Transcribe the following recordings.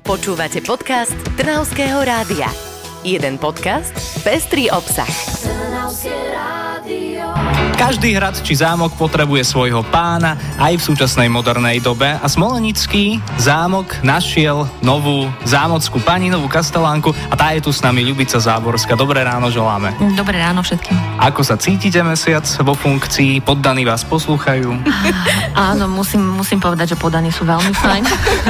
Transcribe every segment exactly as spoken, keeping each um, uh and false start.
Počúvate podcast Trnavského rádia. Jeden podcast, pestrý obsah. Trnavské rádio. Každý hrad či zámok potrebuje svojho pána aj v súčasnej modernej dobe a smolenický zámok našiel novú zámockú pani, novú kastelánku a tá je tu s nami, Ľubica Záborská. Dobré ráno želáme. Dobré ráno všetkým. Ako sa cítite mesiac vo funkcii? Poddaní vás poslúchajú? Áno, musím, musím povedať, že poddaní sú veľmi fajn.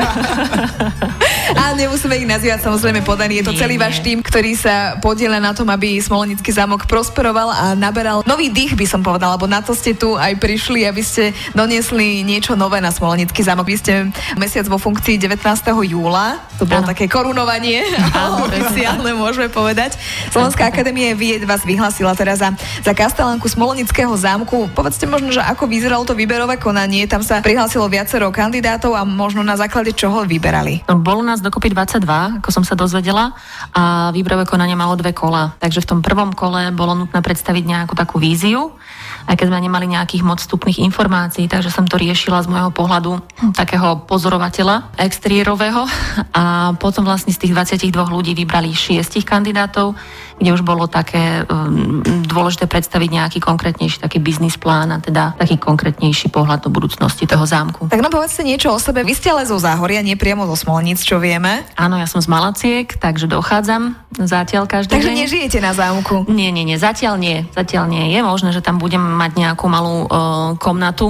A nemusíme ich nazývať samozrejme podaní. Je to nie, celý nie. váš tým, ktorý sa podieľa na tom, aby Smolenický zámok prosperoval a naberal nový dých, by som povedala, lebo na to ste tu aj prišli, aby ste doniesli niečo nové na Smolenický zámok. Vy ste mesiac vo funkcii devätnásteho júla. To bolo ano. také korunovanie, oficiálne môžeme povedať. Slovenská akadémia vied vás vyhlásila teraz za, za kastelánku Smolenického zámku. Povedzte možno, že ako vyzeralo to výberové konanie. Tam sa prihlásilo viacero kandidátov a možno na základe čoho vyberali. No, bolo nás dokopy dvadsaťdva, ako som sa dozvedela, a výberové konanie malo dve kola. Takže v tom prvom kole bolo nutné predstaviť nejakú takú víziu, aj keď sme nemali nejakých moc vstupných informácií, takže som to riešila z môjho pohľadu takého pozorovateľa exteriérového a potom vlastne z tých dvadsaťdva ľudí vybrali šiestich kandidátov, kde už bolo také um, dôležité predstaviť nejaký konkrétnejší taký biznis plán a teda taký konkrétnejší pohľad do budúcnosti toho zámku. Tak no povedzte niečo o sebe. Vy ste ale zo Záhoria, nie priamo zo Smolenic, čo vieme. Áno, ja som z Malaciek, takže dochádzam zatiaľ každý Takže deň. nežijete na zámku? Nie, nie, nie, zatiaľ nie. Zatiaľ nie. Je možné, že tam budem mať nejakú malú uh, komnatu.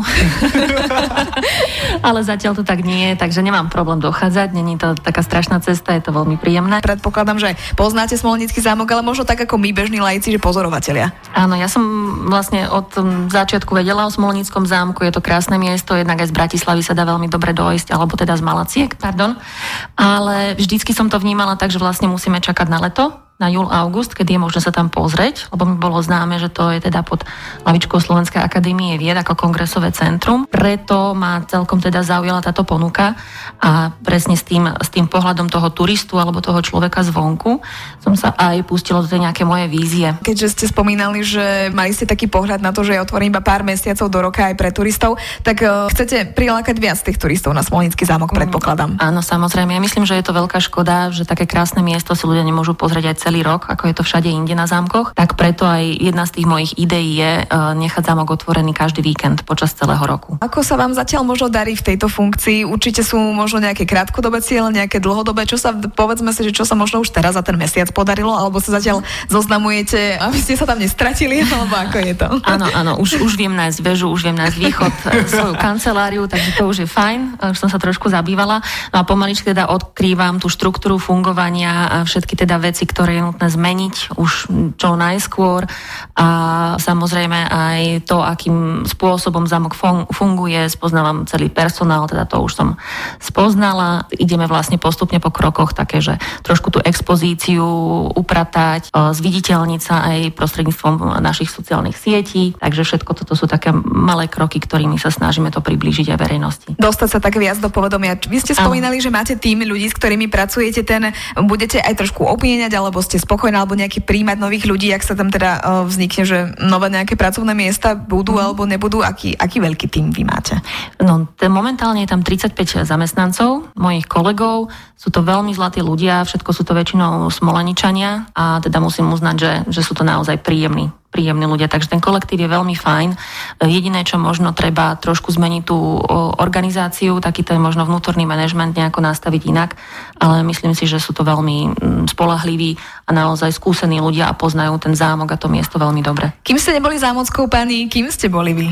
Ale zatiaľ to tak nie je, takže nemám problém dochádzať. Není to taká strašná cesta, je to veľmi príjemné. Predpokladám, že poznáte Smolenický zámok, ale možno tak ako my bežní laici, že pozorovatelia. Áno, ja som vlastne od začiatku vedela o Smolenickom zámku, je to krásne miesto, jednak aj z Bratislavy sa dá veľmi dobre dojsť, alebo teda z Malaciek, pardon. Ale vždycky som to vnímala tak, že vlastne musíme čakať na leto, na júl, august, keď je možné sa tam pozrieť, lebo mi bolo známe, že to je teda pod hlavičkou Slovenskej akadémie vied ako kongresové centrum. Preto ma celkom teda zaujala táto ponuka a presne s tým, s tým pohľadom toho turistu alebo toho človeka zvonku som sa aj pustila do tej nejaké moje vízie. Keďže ste spomínali, že mali ste taký pohľad na to, že je otvorený iba pár mesiacov do roka aj pre turistov, tak uh, chcete prilákať viac tých turistov na Smolenický zámok, predpokladám. Mm, áno, samozrejme. Ja myslím, že je to veľká škoda, že také krásne miesto si ľudia nemôžu pozrieť aj celý rok, ako je to všade inde na zámkoch, tak preto aj jedna z tých mojich ideí je uh, nechať zámok otvorený každý víkend počas celého roku. Ako sa vám zatiaľ možno darí v tejto funkcii? Určite sú možno nejaké krátkodobé ciele, nejaké dlhodobé. Čo sa, povedzme si, že čo sa možno už teraz za ten mesiac podarilo, alebo sa zatiaľ zoznamujete, aby ste sa tam nestratili, alebo ako je to? Áno, áno, už, už viem nájsť väžu, už viem nájsť východ, svoju kanceláriu, takže to už je fajn, už som sa trošku zabývala. No a pomaličky teda odkrývam tú štruktúru fungovania a všetky teda veci, ktoré je nutné zmeniť už čo najskôr a samozrejme aj to, akým spôsobom zámok funguje, spoznávam celý personál, teda to už som spoznala. Ideme vlastne postupne po krokoch také, že trošku tú expozíciu upratať, zviditeľniť sa aj prostredníctvom našich sociálnych sietí, takže všetko toto sú také malé kroky, ktorými sa snažíme to priblížiť aj verejnosti. Dostať sa tak viac do povedomia. Vy ste spomínali, že máte tým ľudí, s ktorými pracujete, ten budete aj trošku opieňať, alebo ste spokojní, alebo nejaký príjmať nových ľudí, ak sa tam teda uh, vznikne, že nové nejaké pracovné miesta budú mm. alebo nebudú, aký, aký veľký tým vy máte? No, momentálne je tam tridsaťpäť zamestnancov, mojich kolegov, sú to veľmi zlatí ľudia, všetko sú to väčšinou Smoleničania a teda musím uznať, že, že sú to naozaj príjemní. príjemní ľudia, takže ten kolektív je veľmi fajn. Jediné, čo možno treba trošku zmeniť tú organizáciu, taký ten možno vnútorný manažment nejako nastaviť inak, ale myslím si, že sú to veľmi spoľahliví a naozaj skúsení ľudia a poznajú ten zámok a to miesto veľmi dobre. Kým ste neboli zámockou pani, kým ste boli vy?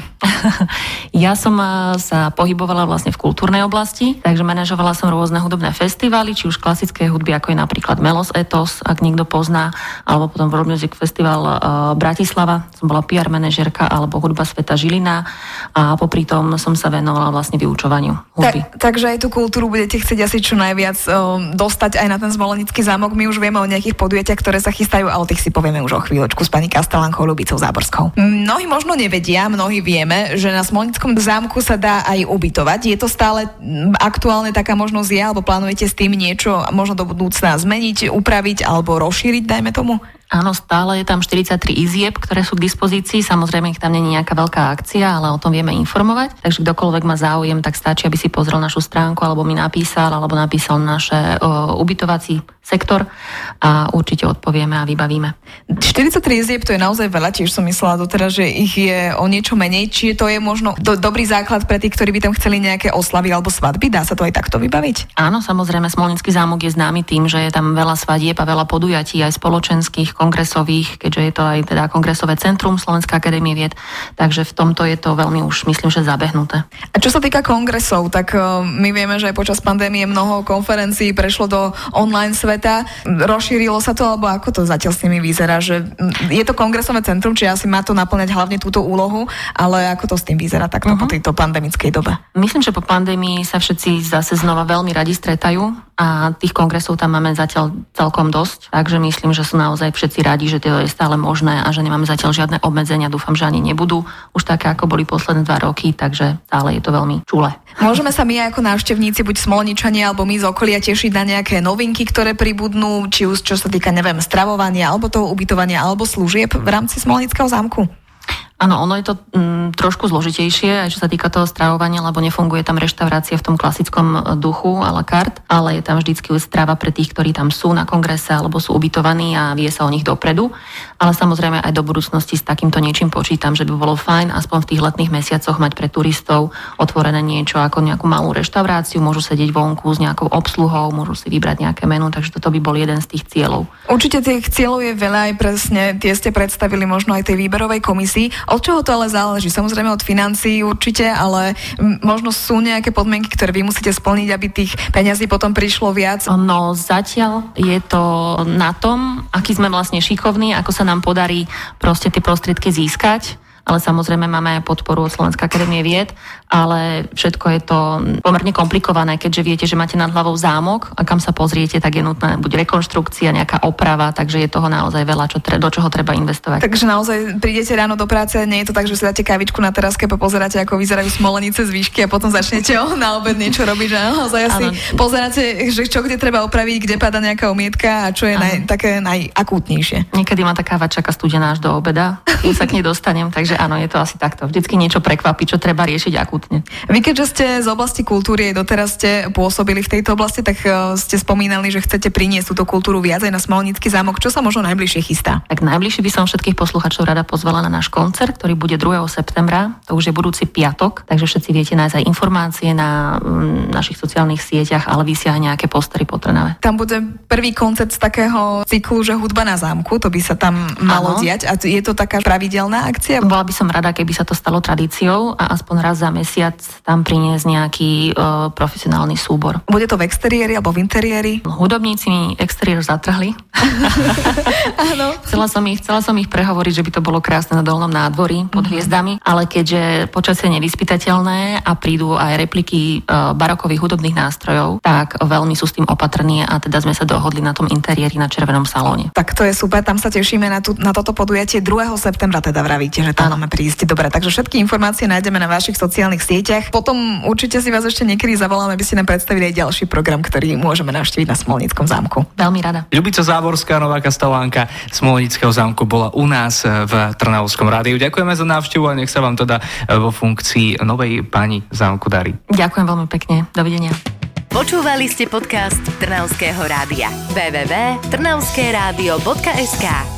Ja som sa pohybovala vlastne v kultúrnej oblasti, takže manažovala som rôzne hudobné festivály, či už klasické hudby, ako je napríklad Melos Etos, ak niekto pozná, alebo potom World Music Festival uh, Bratislava, som bola pé er manažérka, alebo Hudba sveta Žilina a popri tom som sa venovala vlastne vyučovaniu hudby. Ta, takže aj tú kultúru budete chcieť asi čo najviac um, dostať aj na ten Smolenický zámok. My už vieme o nejakých podujatiach, ktoré sa chystajú, ale tých si povieme už o chvíľočku s pani kastelánkou Ľubicou Záborskou. Mnohí možno nevedia, mnohí vieme, že na Smolenickom zámku sa dá aj ubytovať. Je to stále aktuálne taká možnosť je, alebo plánujete s tým niečo možno do budúcna zmeniť, upraviť alebo rozšíriť, dajme tomu? Áno, stále je tam štyridsaťtri izieb, ktoré sú k dispozícii. Samozrejme, ich tam nie je nejaká veľká akcia, ale o tom vieme informovať. Takže kdokoľvek má záujem, tak stačí, aby si pozrel našu stránku, alebo mi napísal, alebo napísal naše uh, ubytovací sektor a určite odpovieme a vybavíme. štyridsaťtri izieb, to je naozaj veľa, tiež som myslela doteraz, že ich je o niečo menej, či to je možno do, dobrý základ pre tých, ktorí by tam chceli nejaké oslavy alebo svadby, dá sa to aj takto vybaviť? Áno, samozrejme, Smolnický zámok je známy tým, že je tam veľa svadieb a veľa podujatí aj spoločenských, kongresových, keďže je to aj teda kongresové centrum Slovenskej akadémie vied, takže v tomto je to veľmi už, myslím, že zabehnuté. A čo sa týka kongresov, tak uh, my vieme, že aj počas pandémie mnoho konferencií prešlo do online sveta. Rozšírilo sa to, alebo ako to zatiaľ s nimi vyzerá? Že je to kongresové centrum, či asi má to naplňať hlavne túto úlohu, ale ako to s tým vyzerá takto uh-huh. po tejto pandemickej dobe? Myslím, že po pandémii sa všetci zase znova veľmi radi stretajú a tých kongresov tam máme zatiaľ celkom dosť, takže myslím, že sú naozaj všetci radi, že to je stále možné a že nemáme zatiaľ žiadne obmedzenia. Dúfam, že ani nebudú už také, ako boli posledné dva roky, takže stále je to veľmi čulé. Môžeme sa my ako návštevníci, buď Smolničania alebo my z okolia tešiť na nejaké novinky, ktoré pribudnú, či už čo sa týka, neviem, stravovania, alebo toho ubytovania, alebo služieb v rámci Smolnického zámku? Áno, ono je to mm, trošku zložitejšie, aj čo sa týka toho stravovania, lebo nefunguje tam reštaurácia v tom klasickom duchu à la carte, ale je tam vždycky strava pre tých, ktorí tam sú na kongrese alebo sú ubytovaní a vie sa o nich dopredu. Ale samozrejme aj do budúcnosti s takýmto niečím počítam, že by bolo fajn aspoň v tých letných mesiacoch mať pre turistov otvorené niečo ako nejakú malú reštauráciu, môžu sedieť vonku s nejakou obsluhou, môžu si vybrať nejaké menu, takže toto by bol jeden z tých cieľov. Určite tých cieľov je veľa, aj presne tie ste predstavili možno aj tej výberovej komisii. Od čoho to ale záleží? Samozrejme od financií určite, ale možno sú nejaké podmienky, ktoré vy musíte splniť, aby tých peňazí potom prišlo viac? No zatiaľ je to na tom, aký sme vlastne šikovní, ako sa nám podarí proste tie prostriedky získať. Ale samozrejme máme aj podporu od Slovenskej akadémie vied, ale všetko je to pomerne komplikované, keďže viete, že máte nad hlavou zámok a kam sa pozriete, tak je nutná buď rekonštrukcia, nejaká oprava, takže je toho naozaj veľa, čo tre, do čoho treba investovať. Takže naozaj prídete ráno do práce, nie je to tak, že si dáte kávičku na teraske, pozeráte, ako vyzerajú Smolenice z výšky a potom začnete na obed niečo robiť, že naozaj asi pozeráte, že čo kde treba opraviť, kde padá nejaká omietka a čo je naj, také najakútnejšie. Niekedy ma tá káva čaká studená až do obeda, kým sa k nej dostanem, takže áno, je to asi takto. Vždycky niečo prekvapí, čo treba riešiť akútne. Vy keďže ste z oblasti kultúry, doteraz ste pôsobili v tejto oblasti, tak ste spomínali, že chcete priniesť túto kultúru viac aj na Smolnický zámok. Čo sa možno najbližšie chystá? Tak najbližšie by som všetkých posluchačov rada pozvala na náš koncert, ktorý bude druhého septembra. To už je budúci piatok, takže všetci viete nájsť aj informácie na m, našich sociálnych sieťach, ale vysia aj nejaké postery po Trnave. Tam bude prvý koncert z takého cyklu, že hudba na zámku, to by sa tam malo ano. diať. A je to taká pravidelná akcia? Bola by som rada, keby sa to stalo tradíciou a aspoň raz za mesiac tam priniesť nejaký uh, profesionálny súbor. Bude to v exteriéri alebo v interiéri? Hudobníci mi exteriér zatrhli. Áno. chcela, som ich, chcela som ich prehovoriť, že by to bolo krásne na dolnom nádvorí pod mm-hmm. hviezdami, ale keďže počasie je nevyspytateľné a prídu aj repliky uh, barokových hudobných nástrojov, tak veľmi sú s tým opatrní a teda sme sa dohodli na tom interiéri na Červenom salóne. Tak to je super, tam sa tešíme na, tu, na toto podujatie druhého septembra, teda vravíte, že tam máme prísť. Dobre, takže všetky informácie nájdeme na vašich sociálnych sieťach. Potom určite si vás ešte niekedy zavoláme, aby ste nám predstavili aj ďalší program, ktorý môžeme navštíviť na Smolnickom zámku. Veľmi rada. Ľubica Záborská, nová kastelánka Smolnického zámku, bola u nás v Trnavskom rádiu. Ďakujeme za návštevu a nech sa vám teda vo funkcii novej pani zámku darí. Ďakujem veľmi pekne. Dovidenia. Počúvali ste podcast Trnavského rádia. w w w bodka trnavskeradio bodka es ká